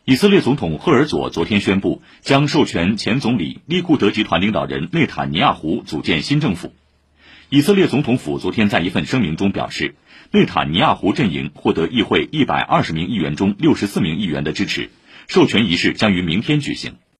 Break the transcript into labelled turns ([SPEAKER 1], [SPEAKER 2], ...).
[SPEAKER 1] 以色列总统赫尔佐昨天宣布，将授权前总理利库德集团领导人内塔尼亚胡组建新政府。以色列总统府昨天在一份声明中表示，内塔尼亚胡阵营获得议会120名议员中64名议员的支持，授权仪式将于明天举行。